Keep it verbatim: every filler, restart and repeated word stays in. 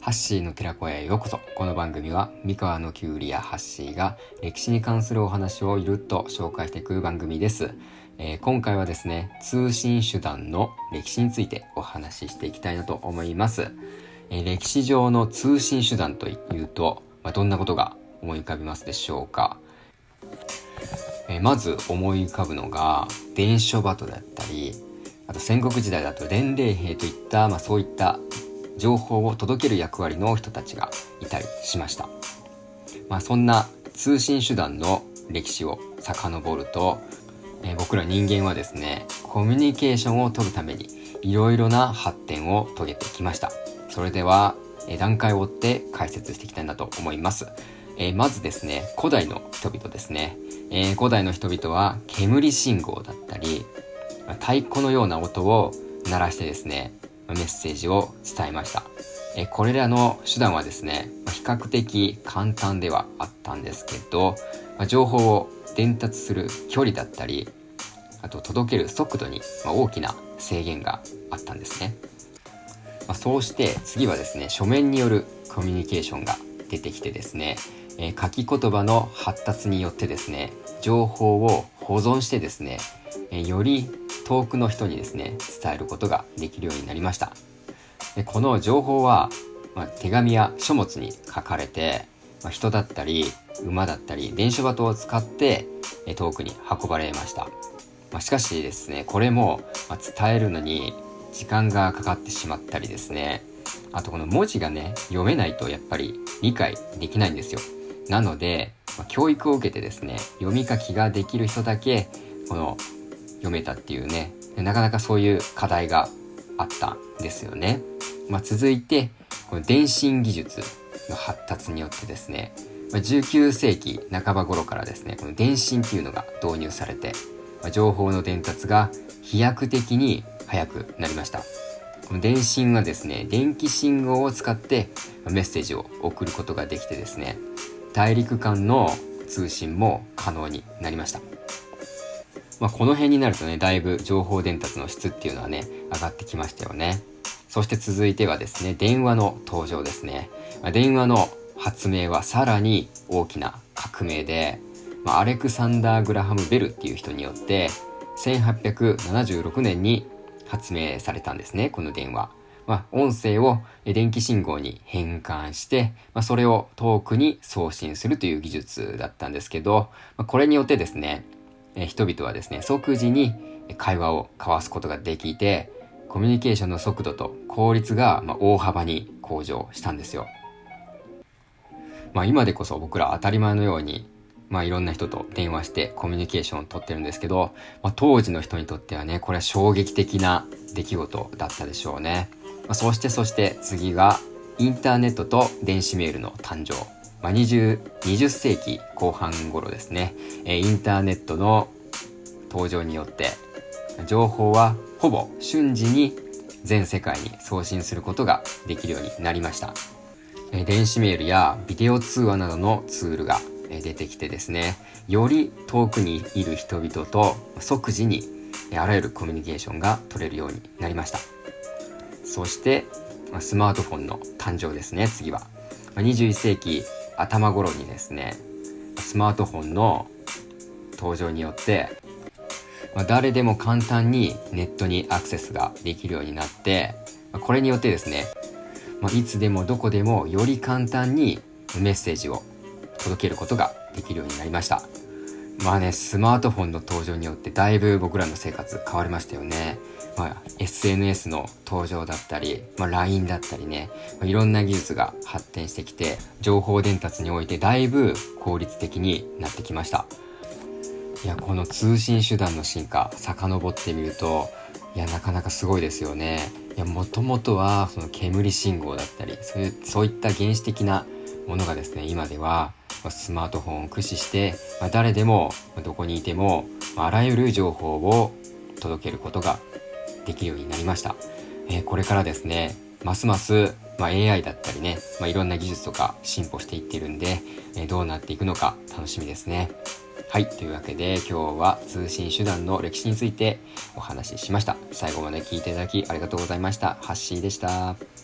ハッシーの寺子屋へようこそ。この番組は三河のキュウリやハッシーが歴史に関するお話をゆるっと紹介していく番組です。えー、今回はですね、通信手段の歴史についてお話ししていきたいなと思います。えー、歴史上の通信手段というと、まあ、どんなことが思い浮かびますでしょうか。えー、まず思い浮かぶのが伝書鳩だったり、あと戦国時代だと伝令兵といった、まあ、そういった情報を届ける役割の人たちがいたりしました。まあ、そんな通信手段の歴史を遡ると、えー、僕ら人間はですね、コミュニケーションを取るためにいろいろな発展を遂げてきました。それでは、えー、段階を追って解説していきたいなと思います。えー、まずですね、古代の人々ですね、えー、古代の人々は煙信号だったり太鼓のような音を鳴らしてですね、メッセージを伝えました。えこれらの手段はですね、比較的簡単ではあったんですけど、情報を伝達する距離だったり、あと届ける速度に大きな制限があったんですね。そうして次はですね、書面によるコミュニケーションが出てきてですね、え書き言葉の発達によってですね、情報を保存してですね、えより遠くの人にですね、伝えることができるようになりました。でこの情報は、まあ、手紙や書物に書かれて、まあ、人だったり馬だったり伝書鳩を使ってえ遠くに運ばれました。まあ、しかしですね、これも、まあ、伝えるのに時間がかかってしまったりですね、あとこの文字がね、読めないとやっぱり理解できないんですよ。なので、まあ、教育を受けてですね、読み書きができる人だけこの読めたっていうね、なかなかそういう課題があったんですよね。まあ、続いてこの電信技術の発達によってですね、じゅうきゅうせいきなかば頃からですね、この電信っていうのが導入されて、情報の伝達が飛躍的に速くなりました。この電信はですね、電気信号を使ってメッセージを送ることができてですね、大陸間の通信も可能になりました。まあ、この辺になるとね、だいぶ情報伝達の質っていうのはね、上がってきましたよね。そして続いてはですね、電話の登場ですね。まあ、電話の発明はさらに大きな革命で、まあ、アレクサンダー・グラハム・ベルっていう人によってせんはっぴゃくななじゅうろくねんに発明されたんですね、この電話。まあ、音声を電気信号に変換して、まあ、それを遠くに送信するという技術だったんですけど、まあ、これによってですね、人々はですね、即時に会話を交わすことができて、コミュニケーションの速度と効率が大幅に向上したんですよ。まあ、今でこそ僕ら当たり前のように、まあ、いろんな人と電話してコミュニケーションを取ってるんですけど、まあ、当時の人にとってはね、これは衝撃的な出来事だったでしょうね。まあ、そしてそして次がインターネットと電子メールの誕生。まあ、にじゅうせいきこう半頃ですね、インターネットの登場によって情報はほぼ瞬時に全世界に送信することができるようになりました。電子メールやビデオ通話などのツールが出てきてですね、より遠くにいる人々と即時にあらゆるコミュニケーションが取れるようになりました。そしてスマートフォンの誕生ですね。次はにじゅういっせいき頭頃にですね、スマートフォンの登場によって、まあ、誰でも簡単にネットにアクセスができるようになって、まあ、これによってですね、まあ、いつでもどこでもより簡単にメッセージを届けることができるようになりました。まあね、スマートフォンの登場によってだいぶ僕らの生活変わりましたよね。まあ、エスエヌエス の登場だったり、まあ、ライン だったりね、まあ、いろんな技術が発展してきて、情報伝達においてだいぶ効率的になってきました。いや、この通信手段の進化、遡ってみると、いや、なかなかすごいですよね。いや、もともとはその煙信号だったり、そういう、そういった原始的なものがですね、今ではスマートフォンを駆使して、まあ、誰でもどこにいてもあらゆる情報を届けることができるようになりました。えー、これからですね、ますます、まあ、エーアイ だったりね、まあ、いろんな技術とか進歩していってるんで、えー、どうなっていくのか楽しみですね。はい、というわけで今日は通信手段の歴史についてお話ししました。最後まで聞いていただきありがとうございました。ハッシーでした。